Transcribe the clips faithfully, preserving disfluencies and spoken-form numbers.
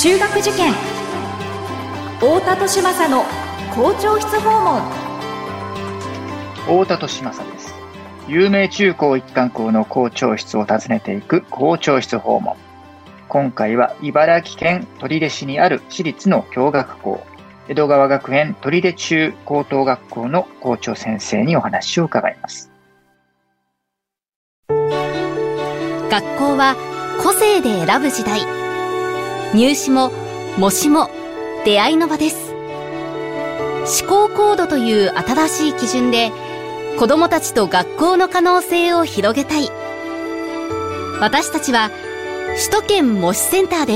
中学受験、太田利政の校長室訪問。 太田利政です。有名中高一貫校の校長室を訪ねていく校長室訪問。今回は茨城県取手市にある私立の共学校、江戸川学園取手中高等学校の校長先生にお話を伺います。 学校は個性で選ぶ時代。入試も模試も出会いの場です。思考コードという新しい基準で子どもたちと学校の可能性を広げたい。私たちは首都圏模試センターです。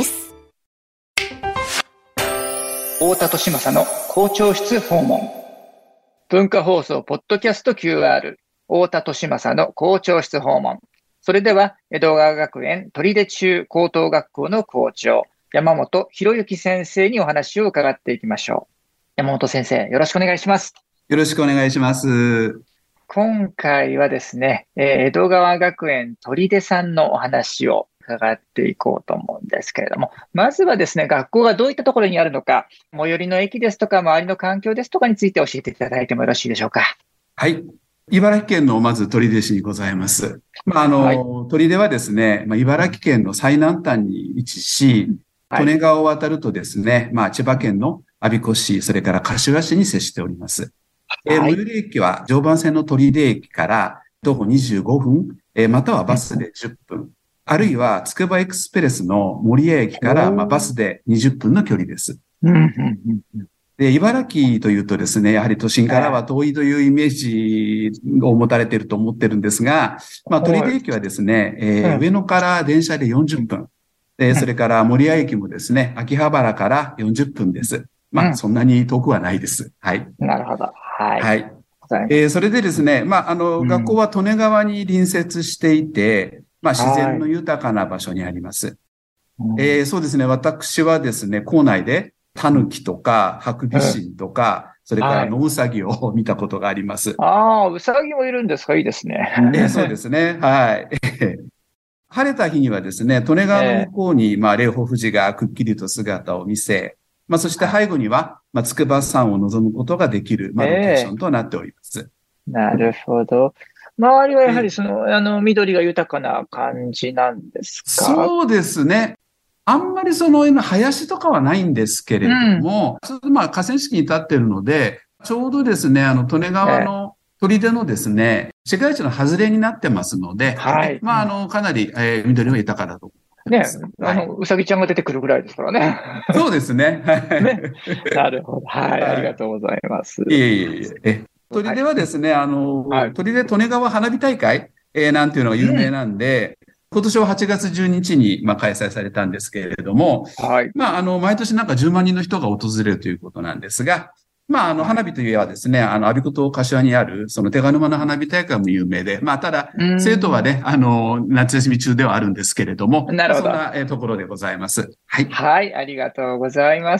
太田利政の校長室訪問。文化放送ポッドキャスト キューアール 太田利政の校長室訪問。それでは江戸川学園取手中高等学校の校長山本博之先生にお話を伺っていきましょう。山本先生、よろしくお願いします。 よろしくお願いします。 今回はですね、江戸川学園取手さんのお話を伺っていこうと思うんですけれども、まずはですね、学校がどういったところにあるのか、最寄りの駅ですとか、周りの環境ですとかについて教えていただいてもよろしいでしょうか。 はい。茨城県のまず取手市にございます。まあ、あの、はい、取手はですね、まあ、茨城県の最南端に位置し、利根川を渡るとですね、まあ、千葉県の我孫子市、それから柏市に接しております。はい、えー、最寄り駅は常磐線の取手駅から徒歩にじゅうごふん、えー、またはバスでじゅっぷん、あるいはつくばエクスプレスの守谷駅から、まあ、バスでにじゅっぷんの距離です。で、茨城というとですね、やはり都心からは遠いというイメージを持たれていると思ってるんですが、まあ、取手駅はですね、えー、上野から電車でよんじゅっぷん。で、それから守谷駅もですね、秋葉原からよんじゅっぷんです。まあ、そんなに遠くはないです。はい。 なるほど。はい。 はい。えー、それでですね、まあ、あの、学校は利根川に隣接していて、まあ、自然の豊かな場所にあります。えー、そうですね、私はですね、校内でタヌキとか、ハクビシンとか、それからノウサギを見たことがあります。 ああ、ウサギもいるんですか？いいですね。 えー、そうですね。はい。晴れた日にはですね、利根川の向こうに、まあ、霊峰富士がくっきりと姿を見せ、まあ、そして背後には、まあ、筑波山を望むことができる、まあ、ロケーションとなっております。 えー、なるほど。周りはやはりその、あの、緑が豊かな感じなんですか？ そうですね。あんまりその、林とかはないんですけれども、うん、まあ、河川敷に立っているので、ちょうどですね、あの、利根川の取手のですね、市街地の外れになってますので、はい。まあ、あの、かなり、えー、緑は豊かだと思います。 ね、あの、うさぎちゃんが出てくるぐらいですからね。 そうですね。 ね。なるほど。はい。ありがとうございます。 いえいえいえ。取手はですね、あの、はい、取手利根川花火大会、えー、なんていうのが有名なんで、うん、今年ははちがつじゅうににちに、まあ、開催されたんですけれども、はい。まあ、あの、毎年なんかじゅうまんにんの人が訪れるということなんですが、まあ、あの、花火といえばですね、あの、我孫子と柏にある、その手賀沼の花火大会も有名で、まあ、ただ、生徒はね、あの、夏休み中ではあるんですけれども、 なるほど。 まあ、そんな、えー、ところでございます。はい。 はい、ありがとうございます。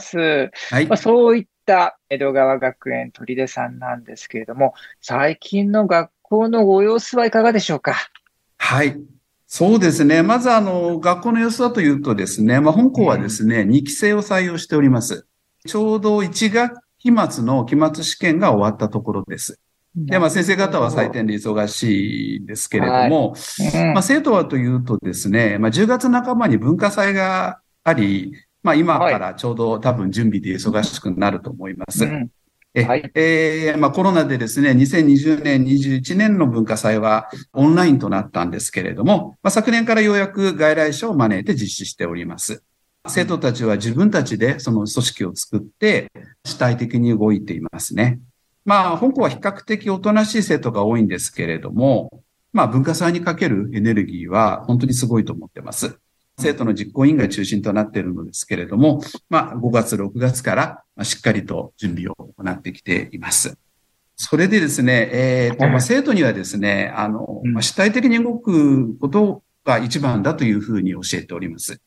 はい。まあ、そういった江戸川学園取手さんなんですけれども、最近の学校のご様子はいかがでしょうか？ はい。そうですね。まず、あの、学校の様子だというとですね、まあ、本校はですね、にきせいを採用しております。ちょうどいちがつ期末の期末試験が終わったところです。で、まあ先生方は採点で忙しいですけれども、はい、まあ生徒はというとですね、まあじゅうがつなかばに文化祭があり、まあ今からちょうど多分準備で忙しくなると思います。はい、え、はい、えー、まあコロナでですね、にせんにじゅうねん、にじゅういちねんの文化祭はオンラインとなったんですけれども、まあ昨年からようやく外来者を招いて実施しております。生徒たちは自分たちでその組織を作って主体的に動いていますね。まあ、本校は比較的おとなしい生徒が多いんですけれども、まあ、文化祭にかけるエネルギーは本当にすごいと思ってます。生徒の実行委員が中心となっているのですけれども、まあ、ごがつ、ろくがつからしっかりと準備を行ってきています。それでですね、えーとまあ、生徒にはですね、あの、まあ、主体的に動くことが一番だというふうに教えております。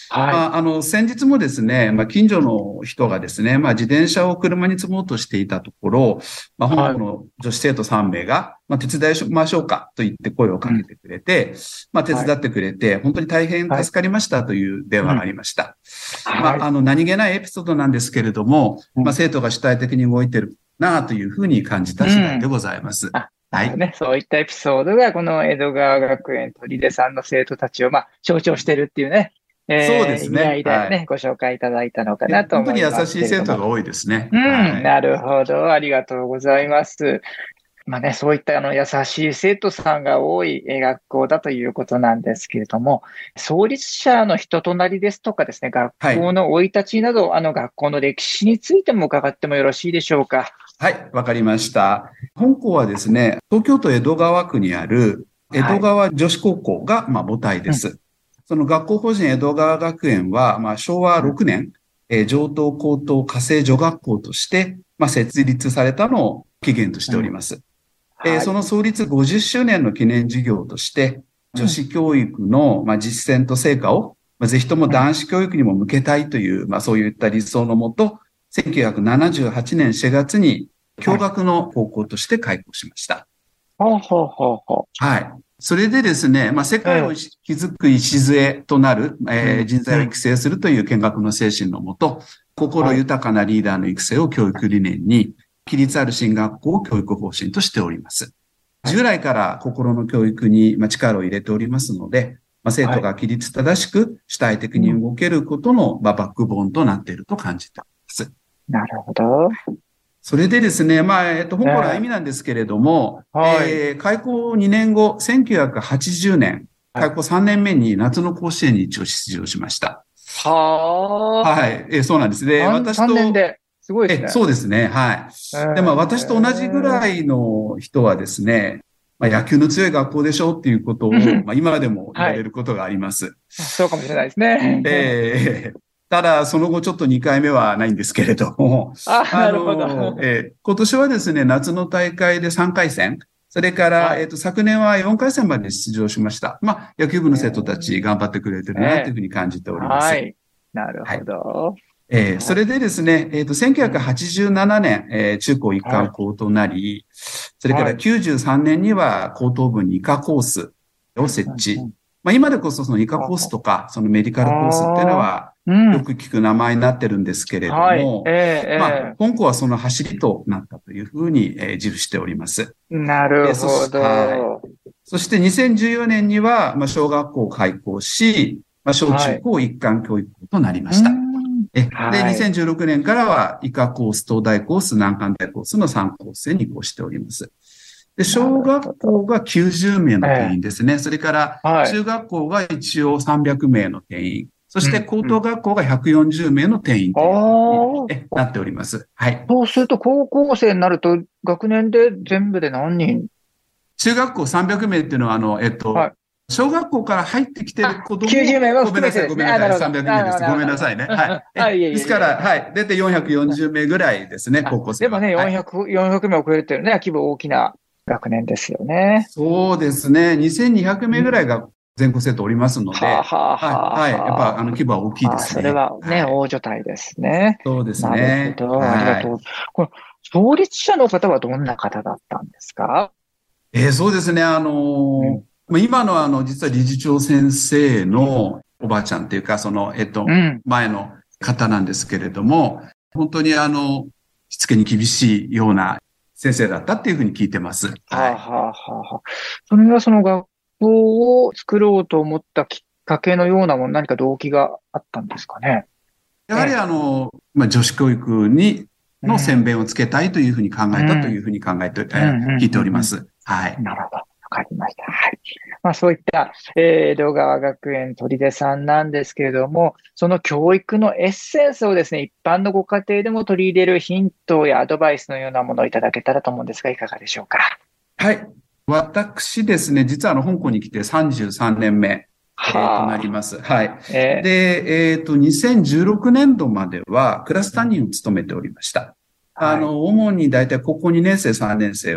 はい。 まあ、あの、先日もですね、まあ、近所の人がですね、まあ、自転車を車に積もうとしていたところ、まあ、本校の女子生徒さん名が、まあ、手伝いましょうかと言って声をかけてくれて、うん、まあ、手伝ってくれて、本当に大変助かりましたという電話がありました。はい、まあ、あの、何気ないエピソードなんですけれども、まあ、生徒が主体的に動いてるなというふうに感じた次第でございます。うんはい。ね、そういったエピソードが、この江戸川学園取手さんの生徒たちを、まあ、象徴してるっていうね、えー、そうですね。意味合いでね、はい、ご紹介いただいたのかなと思います。 本当に優しい生徒が多いですね。 うん、はい、なるほど。ありがとうございます。まあね、そういったあの優しい生徒さんが多い学校だということなんですけれども、創立者の人となりですとかですね、学校の生い立ちなど、はい、あの学校の歴史についても伺ってもよろしいでしょうか。 はい、わかりました。本校はですね、東京都江戸川区にある江戸川女子高校がまあ母体です。はい、うん、その学校法人江戸川学園は、まあ、しょうわろくねん、えー、上等高等家政女学校として、まあ、設立されたのを起源としております。うん、はい、えー、その創立ごじゅっしゅうねんの記念事業として、女子教育の、まあ、実践と成果を、まあ、ぜひとも男子教育にも向けたいという、まあ、そういった理想のもと、せんきゅうひゃくななじゅうはちねんしがつに共学の高校として開校しました。 ほうほうほうほう。 はい。それでですね、まあ、世界を築く礎となる、えー、人材を育成するという見学の精神のもと、心豊かなリーダーの育成を教育理念に、規律ある進学校を教育方針としております。従来から心の教育に力を入れておりますので、まあ、生徒が規律正しく主体的に動けることの、まあ、バックボーンとなっていると感じております。 なるほど。 それでですね、まあ、えっと、本校の歩みなんですけれども、えーはい、えー、開校にねんご、せんきゅうひゃくはちじゅうねん、開校さんねんめに夏の甲子園に一応出場しました。 はあ。 はい、えー、そうなんですね。 私と。さんねんで。すごいですね。 そうですね、はい。えー、で、まあ、私と同じぐらいの人はですね、まあ、野球の強い学校でしょうっていうことを、まあ、今でも言われることがあります。はい、 そうかもしれないですね。 えーただ、その後ちょっとにかいめはないんですけれども。 あ、なるほど。 えー、今年はですね、夏の大会でさんかい戦。それから、はい、えっと、昨年はよんかい戦まで出場しました。まあ、野球部の生徒たち頑張ってくれてるなというふうに感じております。 えー、はい。なるほど。はい、 えー、それでですね、えっと、せんきゅうひゃくはちじゅうななねん、えー、中高一貫校となり、はい、それからきゅうじゅうさんねんには高等部に以下コースを設置。はい、まあ、今でこそその医科コースとか、そのメディカルコースっていうのは、よく聞く名前になってるんですけれども、はいえー、まあ、本校はその走りとなったというふうに、えー、自負しております。 なるほど。 はい、そしてにせんじゅうよねんには、まあ、小学校を開校し、まあ、小中高一貫教育校となりました。はい、えで、にせんじゅうろくねんからは、医科コース、東大コース、難関大コースのさんコースへに移行しております。で、小学校がきゅうじゅうめいの定員ですね。えー、それから、中学校が一応さんびゃくめいの定員。そして、高等学校がひゃくよんじゅうめいの定員というふうになっております。はい。 そうすると、高校生になると、学年で全部で何人？ 中学校さんびゃくめいっていうのは、あの、えっと、はい、小学校から入ってきてる子供きゅうじゅうめいはごめんなさい、ごめんなさい。さんびゃくめいです。ごめんなさいね。はい。ですから、はい。だいたいよんひゃくよんじゅうめいぐらいですね、高校生は。 でもね、よんひゃく、よんひゃくめいを超えるっていうね、規模大きな学年ですよね。 そうですね。にせんにひゃくめいぐらいが全校生徒おりますので、ははははい。やっぱ、あの、規模は大きいですね。 それはね、はい、大所帯ですね。 そうですね。 なるほど。ありがとう。この創立者の方はどんな方だったんですか？ えー、そうですね。あのー、うん、今のあの、実は理事長先生のおばあちゃんっていうか、その、えっと、うん、前の方なんですけれども、本当にあの、しつけに厳しいような先生だったっていうふうに聞いてます。はい。 はあ、はあはあ、それはその学校を作ろうと思ったきっかけのようなもの、何か動機があったんですかね。 やはりあの、まあ、女子教育に、の先鞭をつけたいというふうに考えたというふうに考えて、うん、えー、聞いております。はい。 なるほど。わかりました。はい。まあそういった、えー、江戸川学園取手さんなんですけれども、その教育のエッセンスをですね、一般のご家庭でも取り入れるヒントやアドバイスのようなものをいただけたらと思うんですが、いかがでしょうか。 はい。私ですね、実はあの、香港に来てさんじゅうさんねんめ、えー、となります。はい。えー、で、えっ、ー、と、にせんじゅうろくねんどまではクラス担任を務めておりました。はい、あの、主にだいたい高校にねん生、さんねん生を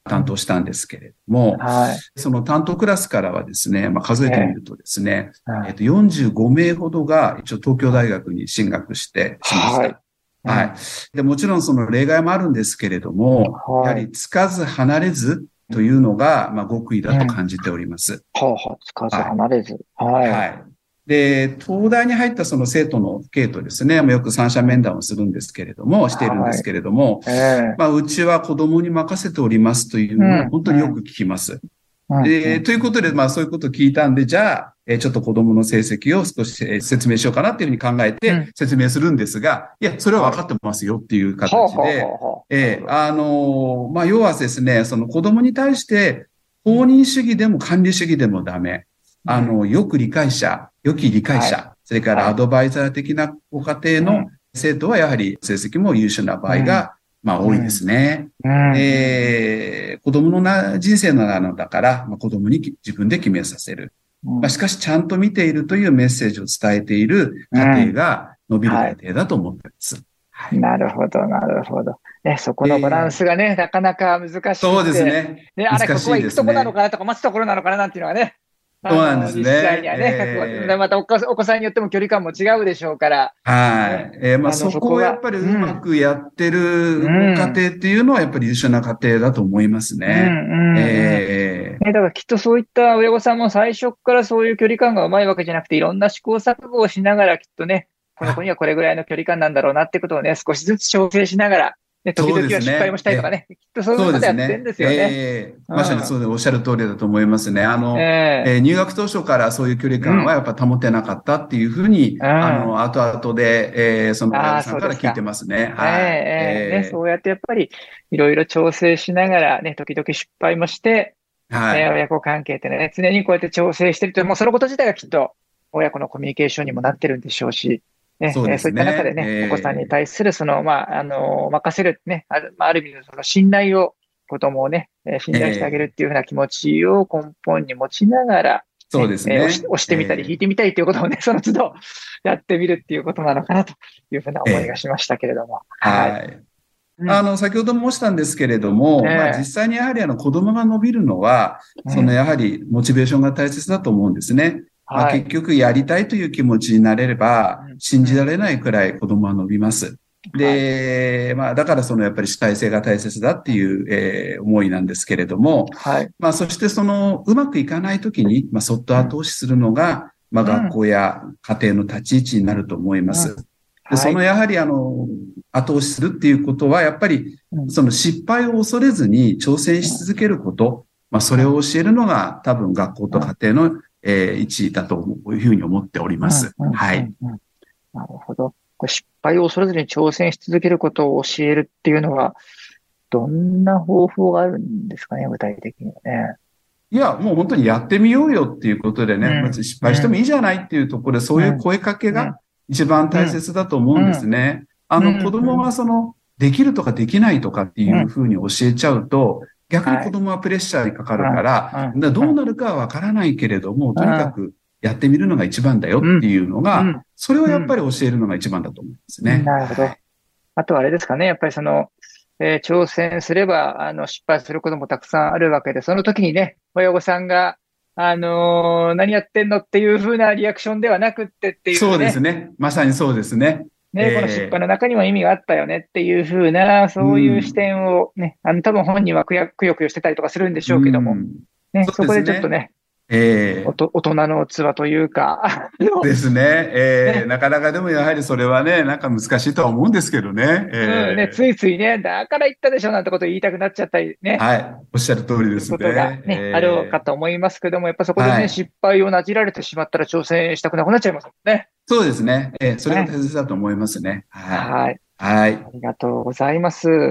担当したんですけれども、 はい、 その担当クラスからはですね、まあ、数えてみるとですね、 えーえっと、よんじゅうごめいほどが一応東京大学に進学してしました。 はい。 はい。で、もちろんその例外もあるんですけれども、 はい、 やはりつかず離れずというのが、まあ、極意だと感じております。 はあはあ、つかず離れず。はい。 はい。で、東大に入ったその生徒の系とですね、よく三者面談をするんですけれども、しているんですけれども、 はい、えーまあ、うちは子供に任せておりますというのを本当によく聞きます。 うん、 で、ということで、まあそういうことを聞いたんで、じゃあ、えちょっと子供の成績を少しえ説明しようかなっていうふうに考えて説明するんですが、いや、それは分かってますよっていう形で、えあの、まあ要はですね、その子供に対して放任主義でも管理主義でもダメ。あの、よく理解者、良き理解者、はい、それからアドバイザー的なご家庭の生徒はやはり成績も優秀な場合が、まあ多いですね。うんえー、子供のな人生のなのだから、まあ、子供に自分で決めさせる。うんまあ、しかしちゃんと見ているというメッセージを伝えている家庭が伸びる家庭だと思っています。うんはい、なるほど、なるほど。ね、そこのバランスがね、えー、なかなか難しくて。 そうですね。 ね、あれ、ここは行くとこなのかなとか、待つところなのかななんていうのはね。 そうなんですね。 実際にはね、えー、またお子さんによっても距離感も違うでしょうから。 はい。ね、えー、まあそこをやっぱりうまくやってるご家庭っていうのはやっぱり優秀な家庭だと思いますね。 ええ。だからきっとそういった親御さんも最初からそういう距離感がうまいわけじゃなくて、いろんな試行錯誤をしながらきっとね、この子にはこれぐらいの距離感なんだろうなってことをね、少しずつ調整しながら、ね、時々は失敗もしたいとかね。きっとそういうことやってるんですよね。 えー、まさにそうでおっしゃる通りだと思いますね。あの、えーえー、入学当初からそういう距離感はやっぱ保てなかったっていうふうに、うん、あの、後々で、えー、その親御さんから聞いてますね。 はい。えー、えー、ね、そうやってやっぱりいろいろ調整しながらね、時々失敗もして、はい。えー、親子関係ってね、常にこうやって調整してると、もうそのこと自体がきっと親子のコミュニケーションにもなってるんでしょうし、ね、そうですね。そういった中でね、えー、お子さんに対する、その、まあ、あの、任せる、ね、ある、ある意味のその信頼を、子供をね、信頼してあげるっていうふうな気持ちを根本に持ちながら、ね、 そうですね。 押し、押してみたり、引いてみたりということをね、その都度やってみるっていうことなのかなというふうな思いがしましたけれども。 えー、はい。はいうん、あの、先ほども申したんですけれども、えー、まあ実際にやはりあの子供が伸びるのは、そのやはりモチベーションが大切だと思うんですね。まあ、結局やりたいという気持ちになれれば、信じられないくらい子供は伸びます。で、まあだからそのやっぱり主体性が大切だっていう、えー、思いなんですけれども、はい、まあそしてそのうまくいかないときに、まあそっと後押しするのが、まあ学校や家庭の立ち位置になると思います。でそのやはりあの、後押しするっていうことは、やっぱりその失敗を恐れずに挑戦し続けること、まあそれを教えるのが多分学校と家庭のえー、一位だというふうに思っております。うんうんうんうん、はい。 なるほど。これ失敗を恐れずに挑戦し続けることを教えるっていうのは、どんな方法があるんですかね、具体的にはね。 いや、もう本当にやってみようよっていうことでね、うん、失敗してもいいじゃないっていうところで、そういう声かけが一番大切だと思うんですね。あの、子供がその、できるとかできないとかっていうふうに教えちゃうと、逆に子供はプレッシャーにかかるから、はい、どうなるかはわからないけれども、とにかくやってみるのが一番だよっていうのが、うん、それをやっぱり教えるのが一番だと思うんですね。 うん、なるほど。あとはあれですかね、やっぱりその、えー、挑戦すれば、あの、失敗することもたくさんあるわけで、その時にね、親御さんが、あのー、何やってんのっていう風なリアクションではなくってっていう、ね。 そうですね。まさにそうですね。 ね、この失敗の中にも意味があったよねっていうふうな、そういう視点をね、うん、あの、多分本人はくやくよくよしてたりとかするんでしょうけども、うん、ね、そこでちょっとね、 えー、おと大人の器というか。 ですね。えーね、なかなかでもやはりそれはね、なんか難しいとは思うんですけどね。 えー、うんね、ついついね、だから言ったでしょなんてことを言いたくなっちゃったりね。 はい。おっしゃる通りですね。 ことがね、えー、あるかと思いますけども、やっぱそこでね、はい、失敗をなじられてしまったら挑戦したくなくなっちゃいますもんね。 そうですね。えー、それが大切だと思いますね。 はい。 はい。 ありがとうございます。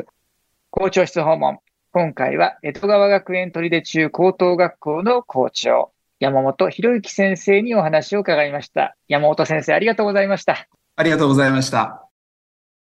校長室訪問。今回は江戸川学園取手中高等学校の校長、山本博之先生にお話を伺いました。山本先生、ありがとうございました。 ありがとうございました。